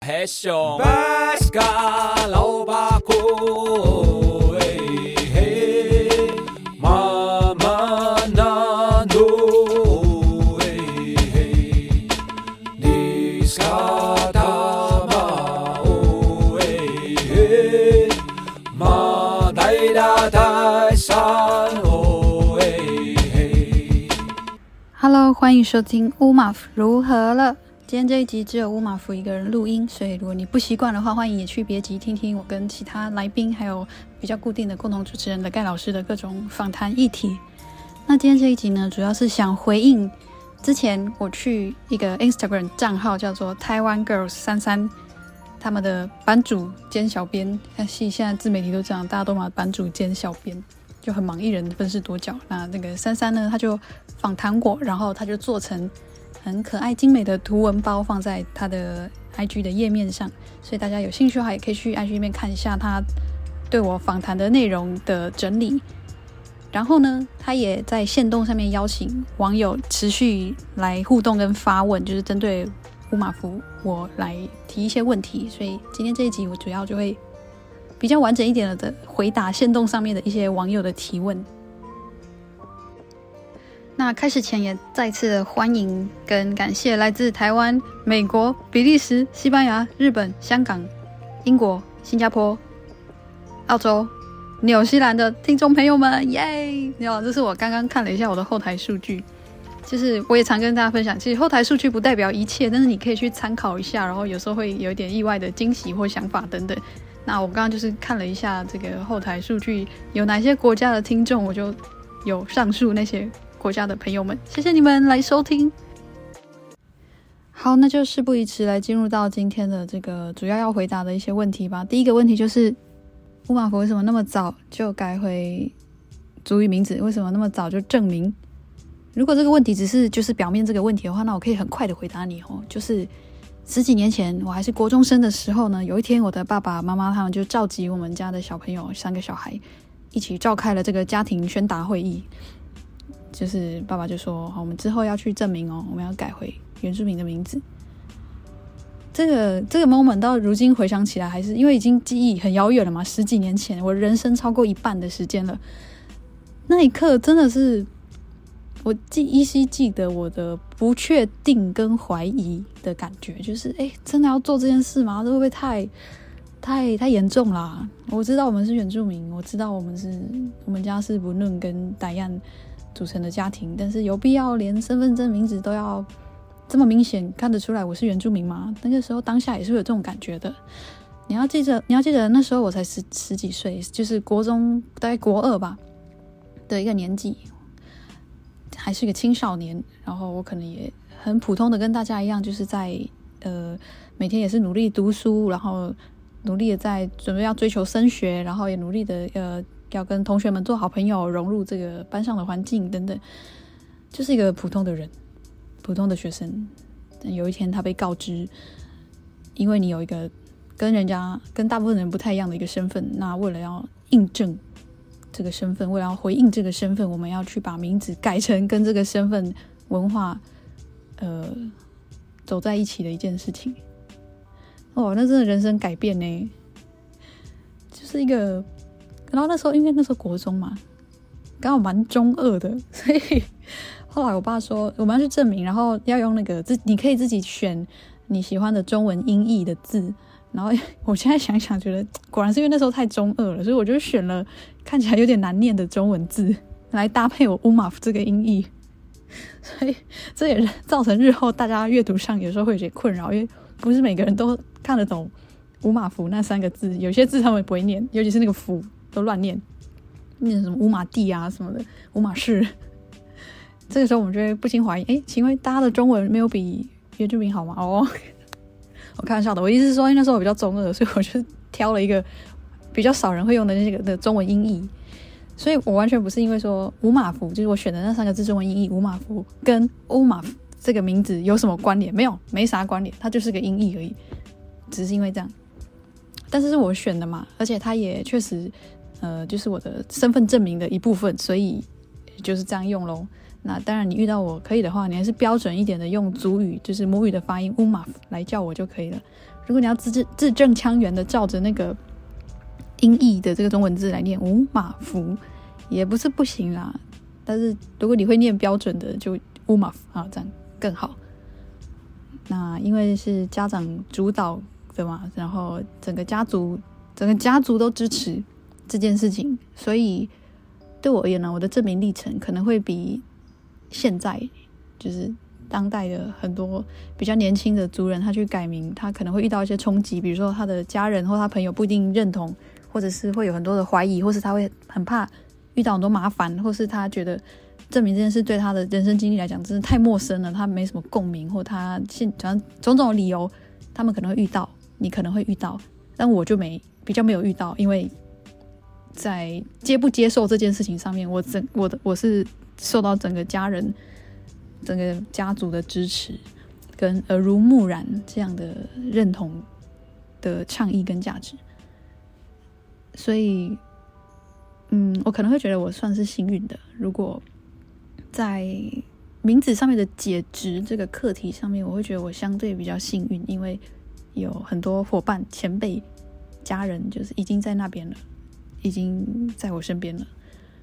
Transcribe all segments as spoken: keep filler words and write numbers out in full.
黑熊巴斯卡老巴库嘿嘿妈妈那努嘿嘿迪斯卡达马乌嘿嘿马代达泰山哦嘿嘿 Hello， 欢迎收听乌马夫如何了。今天这一集只有乌马夫一个人录音，所以如果你不习惯的话，欢迎也去别集听听我跟其他来宾还有比较固定的共同主持人的盖老师的各种访谈议题。那今天这一集呢，主要是想回应之前我去一个 Instagram 账号叫做台湾 Girls 三三，他们的版主兼小编，现在自媒体都这样，大家都嘛版主兼小编，就很忙，一人分饰多角。那那个三三呢，他就访谈我，然后他就做成很可爱精美的图文包放在他的 I G 的页面上，所以大家有兴趣的话也可以去 I G 里面看一下他对我访谈的内容的整理。然后呢，他也在限动上面邀请网友持续来互动跟发问，就是针对乌马夫我来提一些问题，所以今天这一集我主要就会比较完整一点的回答限动上面的一些网友的提问。那开始前也再次的欢迎跟感谢来自台湾、美国、比利时、西班牙、日本、香港、英国、新加坡、澳洲、纽西兰的听众朋友们，耶！你好，这是我刚刚看了一下我的后台数据，就是我也常跟大家分享，其实后台数据不代表一切，但是你可以去参考一下，然后有时候会有一点意外的惊喜或想法等等。那我刚刚就是看了一下这个后台数据有哪些国家的听众，我就有上述那些国家的朋友们，谢谢你们来收听。好，那就事不宜迟，来进入到今天的这个主要要回答的一些问题吧。第一个问题就是乌马夫为什么那么早就改回族语名字，为什么那么早就证明？如果这个问题只是就是表面这个问题的话，那我可以很快的回答你哦。就是十几年前我还是国中生的时候呢，有一天我的爸爸妈妈他们就召集我们家的小朋友三个小孩一起召开了这个家庭宣达会议，就是爸爸就说好，我们之后要去证明哦，我们要改回原住民的名字。这个这个 moment 到如今回想起来，还是因为已经记忆很遥远了嘛，十几年前，我人生超过一半的时间了。那一刻真的是我记依稀记得我的不确定跟怀疑的感觉，就是哎，真的要做这件事吗？这会不会太太太严重啦？我知道我们是原住民，我知道我们是我们家是布嫩跟傣样组成的家庭，但是有必要连身份证名字都要这么明显看得出来我是原住民吗？那个时候当下也是会有这种感觉的。你要记得，你要记得那时候我才十十几岁，就是国中大概国二吧的一个年纪，还是个青少年。然后我可能也很普通的跟大家一样，就是在呃每天也是努力读书，然后努力的在准备要追求升学，然后也努力的呃要跟同学们做好朋友，融入这个班上的环境等等，就是一个普通的人，普通的学生。但有一天他被告知，因为你有一个跟人家跟大部分人不太一样的一个身份，那为了要印证这个身份，为了要回应这个身份，我们要去把名字改成跟这个身份文化呃走在一起的一件事情。哦，那真的人生改变呢，就是一个，然后那时候因为那时候国中嘛，刚好蛮中二的，所以后来我爸说我们要去证明，然后要用那个自你可以自己选你喜欢的中文音译的字。然后我现在想想觉得果然是因为那时候太中二了，所以我就选了看起来有点难念的中文字来搭配我乌马夫这个音译，所以这也造成日后大家阅读上有时候会有点困扰，因为不是每个人都看得懂乌马夫那三个字，有些字他们也不会念，尤其是那个夫都乱念，念什么乌马地啊什么的，乌马氏。这个时候我们就会不禁怀疑，诶，请问大家的中文没有比原住民好吗？哦，我开玩笑的，我意思是说，因为那时候我比较中二，所以我就挑了一个比较少人会用的那个的中文音译，所以我完全不是因为说乌马夫，就是我选的那三个字中文音译乌马夫跟乌马夫这个名字有什么关联？没有，没啥关联，它就是个音译而已，只是因为这样。但是是我选的嘛，而且它也确实，呃，就是我的身份证明的一部分，所以就是这样用咯。那当然你遇到我可以的话，你还是标准一点的用族语，就是母语的发音乌马夫来叫我就可以了。 如果你要字字正腔圆的照着那个音译的这个中文字来念五马福，也不是不行啦。但是如果你会念标准的，就乌马福啊，这样更好。那因为是家长主导的嘛，然后整个家族整个家族都支持这件事情，所以对我而言呢，我的证明历程可能会比现在就是当代的很多比较年轻的族人，他去改名，他可能会遇到一些冲击，比如说他的家人或他朋友不一定认同，或者是会有很多的怀疑，或是他会很怕遇到很多麻烦，或是他觉得证明这件事对他的人生经历来讲真的太陌生了，他没什么共鸣，或他现种种的理由他们可能会遇到，你可能会遇到，但我就没比较没有遇到，因为在接不接受这件事情上面，我整我的我是受到整个家人整个家族的支持跟耳濡目染这样的认同的倡议跟价值，所以嗯，我可能会觉得我算是幸运的，如果在名字上面的解职这个课题上面，我会觉得我相对比较幸运，因为有很多伙伴前辈家人就是已经在那边了，已经在我身边了。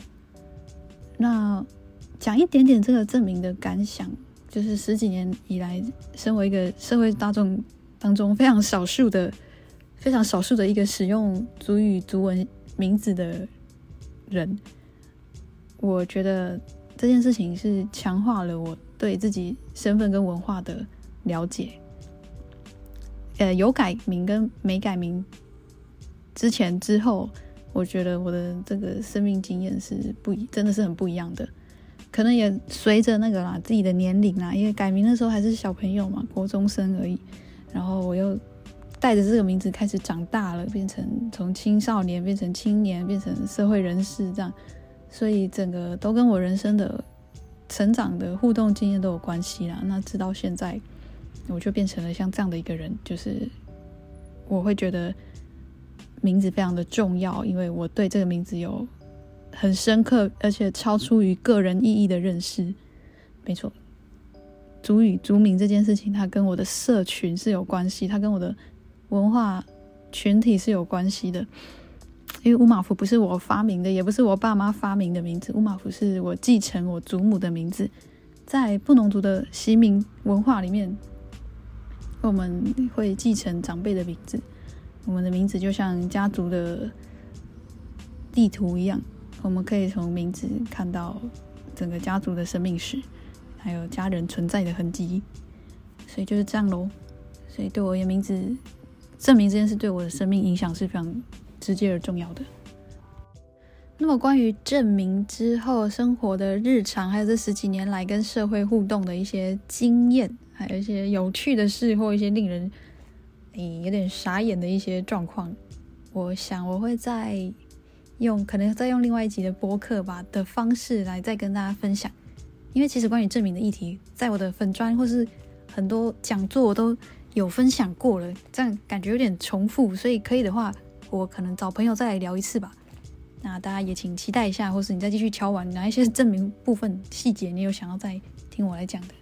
那讲一点点这个证明的感想，就是十几年以来身为一个社会大众当中非常少数的非常少数的一个使用族语族文名字的人，我觉得这件事情是强化了我对自己身份跟文化的了解。呃，有改名跟没改名之前之后，我觉得我的这个生命经验是不真的是很不一样的。可能也随着那个啦自己的年龄啦，因为改名的时候还是小朋友嘛，国中生而已，然后我又带着这个名字开始长大了，变成从青少年变成青年，变成社会人士这样，所以整个都跟我人生的成长的互动经验都有关系啦。那直到现在我就变成了像这样的一个人，就是我会觉得名字非常的重要，因为我对这个名字有很深刻而且超出于个人意义的认识。没错，族语族名这件事情它跟我的社群是有关系，它跟我的文化群体是有关系的。因为乌马福不是我发明的，也不是我爸妈发明的名字，乌马福是我继承我祖母的名字。在布农族的习名文化里面，我们会继承长辈的名字，我们的名字就像家族的地图一样，我们可以从名字看到整个家族的生命史，还有家人存在的痕迹，所以就是这样咯。所以对我而言，名字证明这件事对我的生命影响是非常直接而重要的。那么关于证明之后生活的日常，还有这十几年来跟社会互动的一些经验，还有一些有趣的事，或一些令人、欸、有点傻眼的一些状况，我想我会再用可能再用另外一集的播客吧的方式来再跟大家分享。因为其实关于证明的议题，在我的粉专或是很多讲座我都有分享过了，这样感觉有点重复，所以可以的话我可能找朋友再来聊一次吧。那大家也请期待一下，或是你再继续敲完哪一些证明部分细节你有想要再听我来讲的。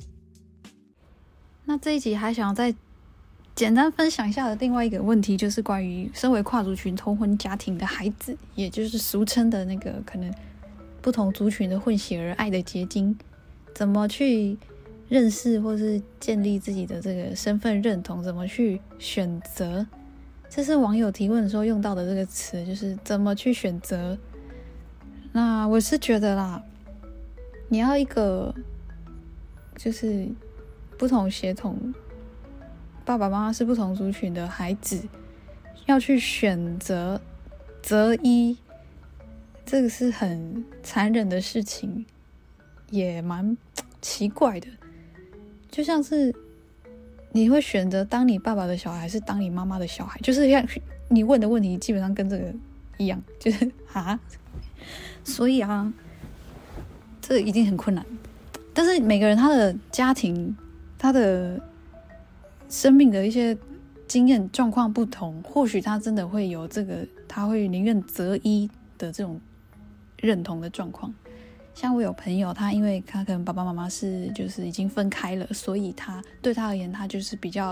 那这一集还想要再简单分享一下的另外一个问题，就是关于身为跨族群通婚家庭的孩子，也就是俗称的那个可能不同族群的混血儿爱的结晶，怎么去认识或是建立自己的这个身份认同，怎么去选择。这是网友提问的时候用到的这个词，就是怎么去选择。那我是觉得啦，你要一个就是不同血统爸爸妈妈是不同族群的孩子，要去选择择一，这个是很残忍的事情，也蛮奇怪的。就像是你会选择当你爸爸的小孩还是当你妈妈的小孩，就是像你问的问题基本上跟这个一样，就是啊，所以啊，这一定很困难。但是每个人他的家庭他的生命的一些经验状况不同，或许他真的会有这个他会宁愿择一的这种认同的状况。像我有朋友，他因为他可能爸爸妈妈是就是已经分开了，所以他对他而言他就是比较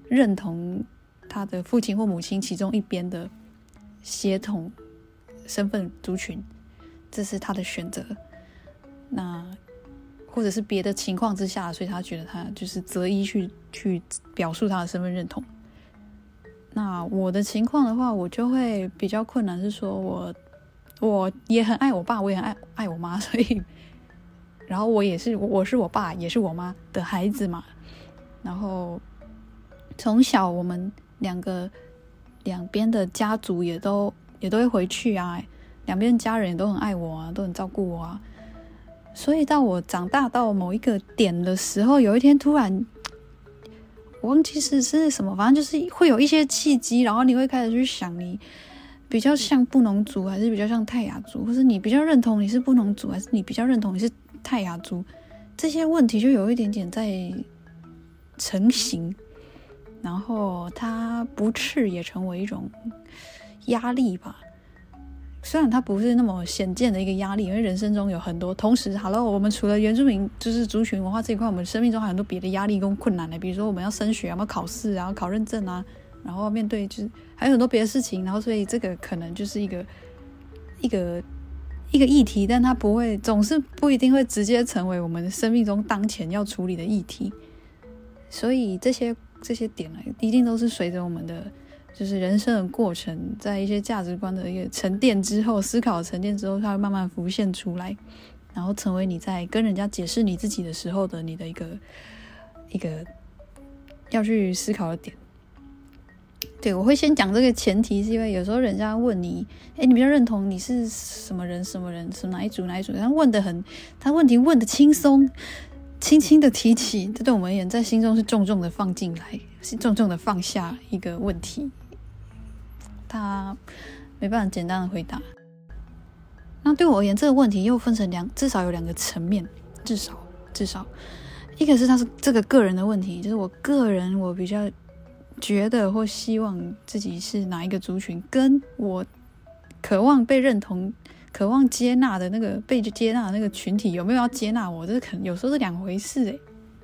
认同他的父亲或母亲其中一边的血统身份族群，这是他的选择。那或者是别的情况之下，所以他觉得他就是择一去去表述他的身份认同。那我的情况的话，我就会比较困难，是说我我也很爱我爸，我也很爱爱我妈，所以然后我也是我是我爸也是我妈的孩子嘛。然后从小我们两个两边的家族也都也都会回去啊，两边家人也都很爱我啊，都很照顾我啊。所以到我长大到某一个点的时候，有一天突然我忘记是是什么，反正就是会有一些契机，然后你会开始去想，你比较像布农族还是比较像泰雅族，或是你比较认同你是布农族还是你比较认同你是泰雅族，这些问题就有一点点在成型，然后它不斥也成为一种压力吧。虽然它不是那么显见的一个压力，因为人生中有很多同时 Hello 我们除了原住民就是族群文化这一块，我们生命中还有很多别的压力跟困难的，比如说我们要升学，要考试啊，考认证啊，然后面对就是还有很多别的事情，然后所以这个可能就是一个一个一个议题，但它不会总是不一定会直接成为我们生命中当前要处理的议题。所以这些这些点呢，一定都是随着我们的就是人生的过程，在一些价值观的一个沉淀之后，思考的沉淀之后，它会慢慢浮现出来，然后成为你在跟人家解释你自己的时候的你的一个一个要去思考的点。对，我会先讲这个前提，是因为有时候人家问你，哎，你比较认同你是什么人什么人，什么哪一族哪一族，他问的很，他问题问的轻松，轻轻的提起，这对我们而言在心中是重重的放进来，是重重的放下一个问题，他没办法简单的回答。那对我而言，这个问题又分成两，至少有两个层面，至少至少，一个是他是这个个人的问题，就是我个人我比较觉得或希望自己是哪一个族群，跟我渴望被认同、渴望接纳的那个被接纳的那个群体有没有要接纳我，这可能有时候是两回事哎。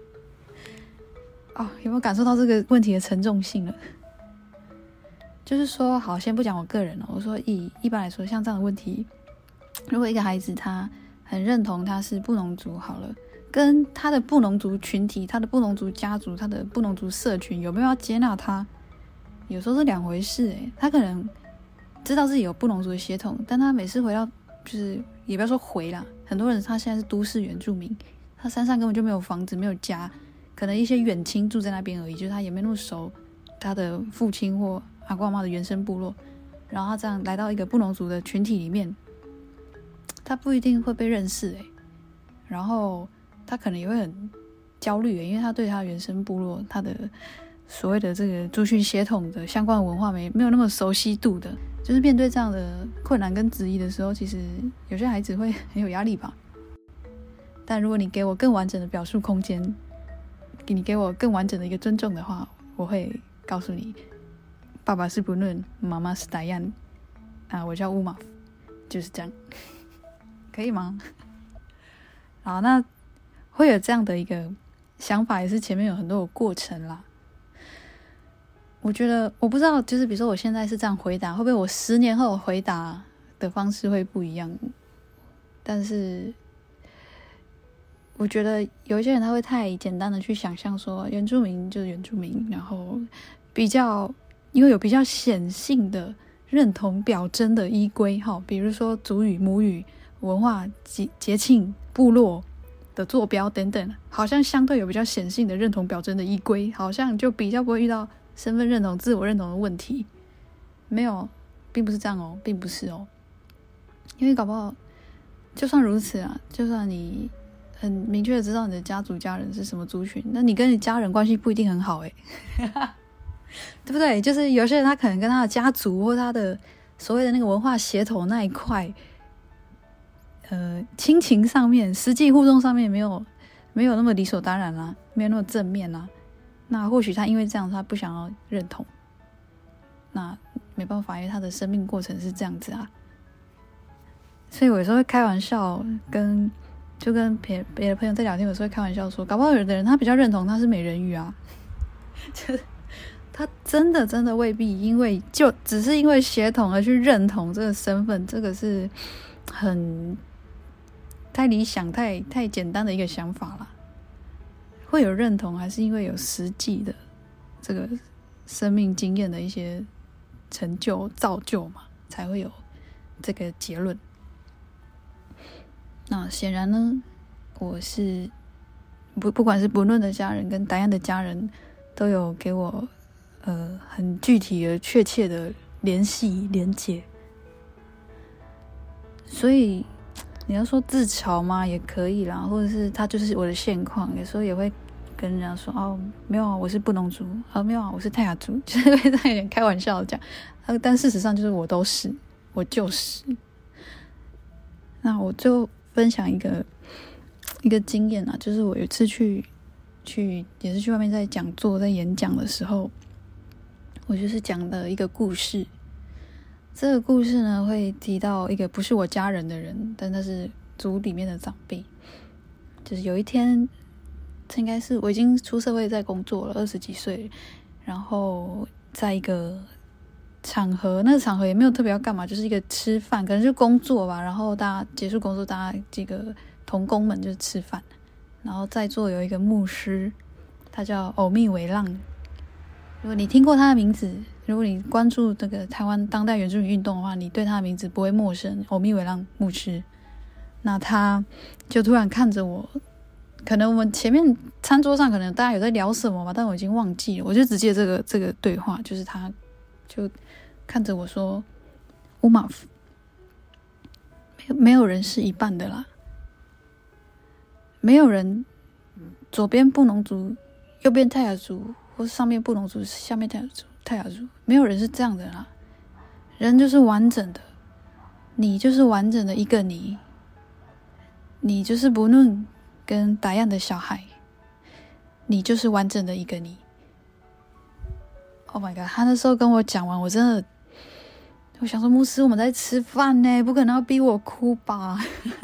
哦，有没有感受到这个问题的沉重性了？就是说，好，先不讲我个人了，我说以一般来说，像这样的问题，如果一个孩子他很认同他是布农族，好了，跟他的布农族群体、他的布农族家族、他的布农族社群有没有要接纳他，有时候是两回事诶。他可能知道自己有布农族的血统，但他每次回到，就是也不要说回啦，很多人他现在是都市原住民，他山上根本就没有房子、没有家，可能一些远亲住在那边而已，就是他也没那么熟他的父亲或阿公阿嬷的原生部落，然后他这样来到一个布农族的群体里面，他不一定会被认识诶，然后他可能也会很焦虑诶，因为他对他的原生部落他的所谓的这个族群血统的相关的文化没没有那么熟悉度的，就是面对这样的困难跟质疑的时候，其实有些孩子会很有压力吧。但如果你给我更完整的表述空间，你给我更完整的一个尊重的话，我会告诉你，爸爸是不论，妈妈是达yan啊，我叫乌马，就是这样，可以吗？好，那会有这样的一个想法，也是前面有很多的过程啦。我觉得我不知道，就是比如说我现在是这样回答，会不会我十年后回答的方式会不一样？但是我觉得有一些人他会太简单的去想象说原住民就是原住民，然后比较因为有比较显性的认同表征的依归，比如说族语、母语、文化、节庆、部落的坐标等等，好像相对有比较显性的认同表征的依归，好像就比较不会遇到身份认同、自我认同的问题。没有，并不是这样哦，并不是哦。因为搞不好就算如此啊，就算你很明确的知道你的家族家人是什么族群，那你跟你家人关系不一定很好诶对不对？就是有些人他可能跟他的家族或他的所谓的那个文化血统那一块呃，亲情上面实际互动上面没有没有那么理所当然啦，没有那么正面啦，那或许他因为这样他不想要认同，那没办法，因为他的生命过程是这样子啊。所以我有时候会开玩笑跟就跟别别的朋友在聊天，有时候会开玩笑说，搞不好有的人他比较认同他是美人鱼啊，就是他真的真的未必因为就只是因为血统而去认同这个身份，这个是很太理想、太太简单的一个想法啦。会有认同，还是因为有实际的这个生命经验的一些成就造就嘛，才会有这个结论。那显然呢，我是不不管是不论的家人跟答案的家人，都有给我呃很具体的、确切的联系连结。所以你要说自嘲嘛，也可以啦，或者是他就是我的现况，有时候也会跟人家说哦，没有啊，我是布农族，啊没有啊，我是泰雅族，就是会在有点开玩笑的讲，啊，但事实上就是我都是，我就是。那我就分享一个一个经验啊，就是我有一次去去也是去外面在讲座在演讲的时候，我就是讲的一个故事。这个故事呢会提到一个不是我家人的人，但他是族里面的长辈。就是有一天，这应该是我已经出社会在工作了，二十几岁，然后在一个场合，那个场合也没有特别要干嘛，就是一个吃饭，可能就工作吧。然后大家结束工作，大家这个同工们就吃饭，然后在座有一个牧师，他叫欧密维浪。如果你听过他的名字，如果你关注这个台湾当代原住民运动的话，你对他的名字不会陌生，欧密维浪牧师。那他就突然看着我，可能我们前面餐桌上可能大家有在聊什么吧，但我已经忘记了。我就只记得这个这个对话，就是他就看着我说：“乌马夫，没有人是一半的啦，没有人左边布农族，右边泰雅族，或是上面布农族，下面泰雅族，泰雅族，没有人是这样的啦。人就是完整的，你就是完整的一个你，你就是不论跟答样的小孩，你就是完整的一个你。” Oh my god！ 他那时候跟我讲完，我真的，我想说，牧师，我们在吃饭呢，不可能要逼我哭吧？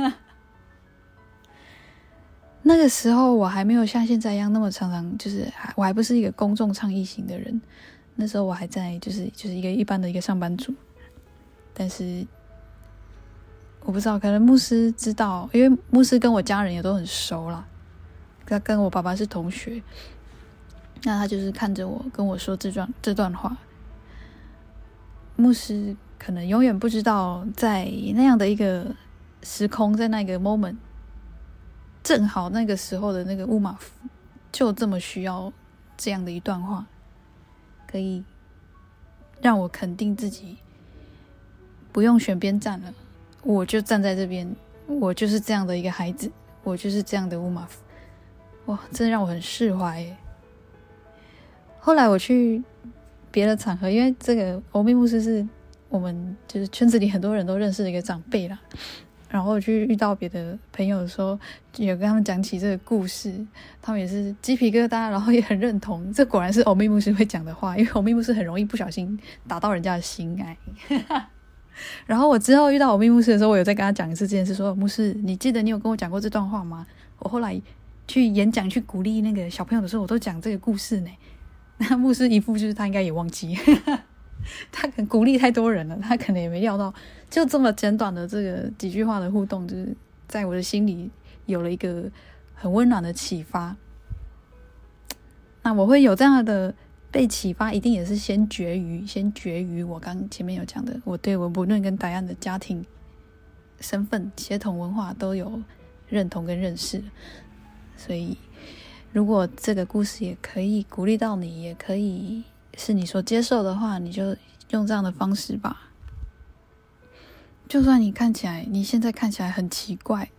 那个时候我还没有像现在一样那么常常，就是我还不是一个公众倡议型的人。那时候我还在，就是就是一个一般的一个上班族。但是我不知道，可能牧师知道，因为牧师跟我家人也都很熟啦，他跟我爸爸是同学。那他就是看着我跟我说这段这段话。牧师可能永远不知道，在那样的一个时空，在那个 moment， 正好那个时候的那个乌马夫就这么需要这样的一段话，可以让我肯定自己，不用选边站了，我就站在这边，我就是这样的一个孩子，我就是这样的乌马夫。哇，真的让我很释怀耶。后来我去别的场合，因为这个欧密牧师是我们就是圈子里很多人都认识的一个长辈啦，然后我去遇到别的朋友的时候，有跟他们讲起这个故事，他们也是鸡皮疙瘩，然后也很认同，这果然是欧密牧师会讲的话，因为欧密牧师很容易不小心打到人家的心哎。然后我之后遇到欧密牧师的时候，我有再跟他讲一次这件事，说牧师，你记得你有跟我讲过这段话吗？我后来去演讲去鼓励那个小朋友的时候，我都讲这个故事呢。那牧师一副就是他应该也忘记，他可能鼓励太多人了，他可能也没料到，就这么简短的这个几句话的互动，就是在我的心里有了一个很温暖的启发。那我会有这样的被启发，一定也是先决于先决于我刚前面有讲的，我对我不论跟答案的家庭身份、血统、文化都有认同跟认识，所以如果这个故事也可以鼓励到你，也可以是你所接受的话，你就用这样的方式吧。就算你看起来，你现在看起来很奇怪，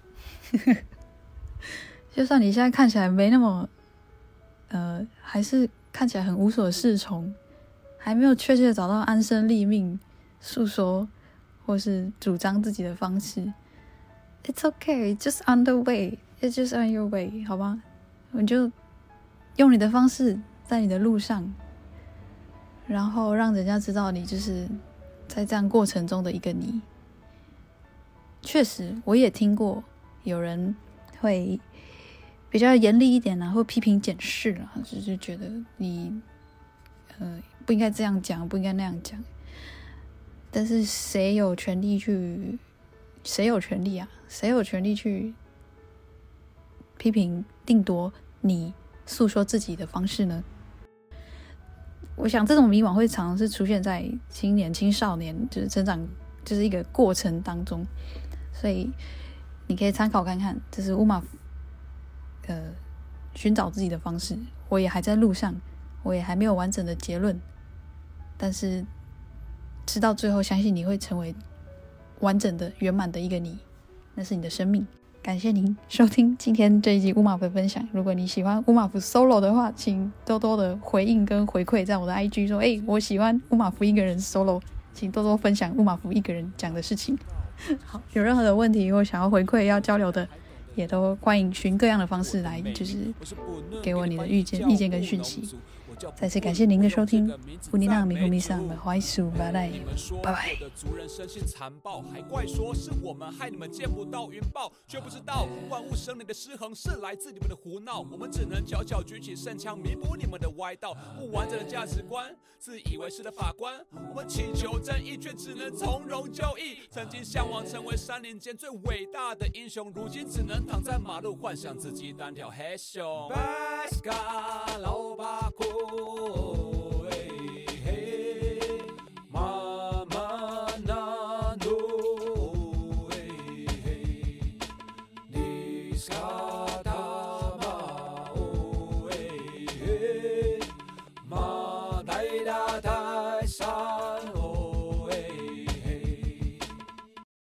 就算你现在看起来没那么，呃，还是看起来很无所适从，还没有确切找到安身立命、诉说或是主张自己的方式。It's okay, just on the way, it's just on your way， 好吗？你就用你的方式在你的路上，然后让人家知道你就是在这样过程中的一个你。确实我也听过有人会比较严厉一点啊，或批评检视啊，就是觉得你呃，不应该这样讲，不应该那样讲。但是谁有权利去？谁有权利啊？谁有权利去批评、定夺你诉说自己的方式呢？我想这种迷惘会常常是出现在青年、青少年，就是成长，就是一个过程当中。所以你可以参考看看，这是乌马夫呃寻找自己的方式。我也还在路上，我也还没有完整的结论，但是直到最后，相信你会成为完整的、圆满的一个你，那是你的生命。感谢您收听今天这一集乌马夫的分享。如果你喜欢乌马夫 solo 的话，请多多的回应跟回馈在我的 I G 说，哎、欸，我喜欢乌马夫一个人 solo， 请多多分享乌马夫一个人讲的事情。好，有任何的问题或想要回馈、要交流的，也都欢迎寻各样的方式来，就是给我你的意见、意见跟讯息。再次感谢您的收听，乌尼娜米呼米桑的怀素拜拜，拜拜。 族人生性残暴，还怪说是我们害你们见不到云豹，却不知道万物生灵的失衡是来自你们的胡闹。我们只能悄悄举起圣枪，弥补你们的歪道。不完整的价值观，自以为是的法官，我们祈求正义，却只能从容就义。曾经向往成为山林间最伟大的英雄，如今只能躺在马路，幻想自己单挑黑熊。巴斯卡老巴库。Sky